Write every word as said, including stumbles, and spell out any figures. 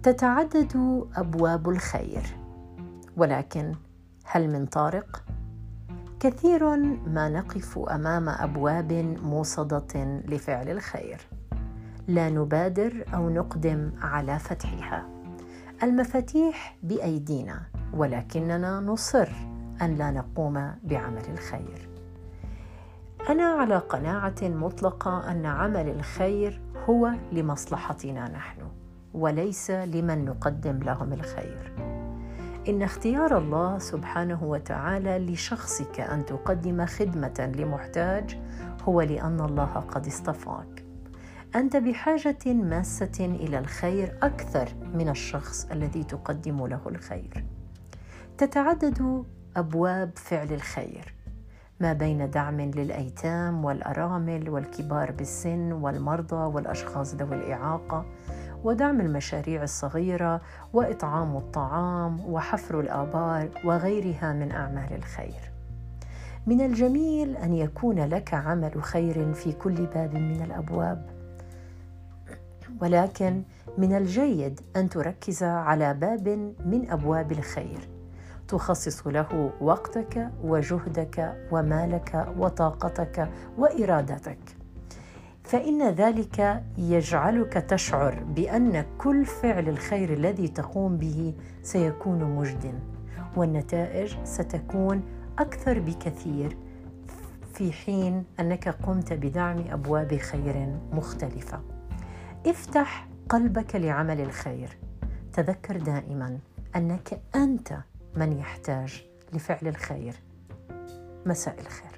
تتعدد أبواب الخير، ولكن هل من طارق؟ كثير ما نقف أمام أبواب موصدة لفعل الخير، لا نبادر أو نقدم على فتحها. المفاتيح بأيدينا، ولكننا نصر أن لا نقوم بعمل الخير. أنا على قناعة مطلقة أن عمل الخير هو لمصلحتنا نحن، وليس لمن نقدم لهم الخير. إن اختيار الله سبحانه وتعالى لشخصك أن تقدم خدمة لمحتاج هو لأن الله قد اصطفاك. أنت بحاجة ماسة إلى الخير أكثر من الشخص الذي تقدم له الخير. تتعدد أبواب فعل الخير، ما بين دعم للأيتام والأرامل والكبار بالسن والمرضى والأشخاص ذوي الإعاقة، ودعم المشاريع الصغيرة وإطعام الطعام وحفر الآبار وغيرها من أعمال الخير. من الجميل أن يكون لك عمل خير في كل باب من الأبواب، ولكن من الجيد أن تركز على باب من أبواب الخير تخصص له وقتك وجهدك ومالك وطاقتك وإرادتك، فإن ذلك يجعلك تشعر بأن كل فعل الخير الذي تقوم به سيكون مجد، والنتائج ستكون أكثر بكثير في حين أنك قمت بدعم أبواب خير مختلفة. افتح قلبك لعمل الخير. تذكر دائما أنك أنت من يحتاج لفعل الخير. مساء الخير.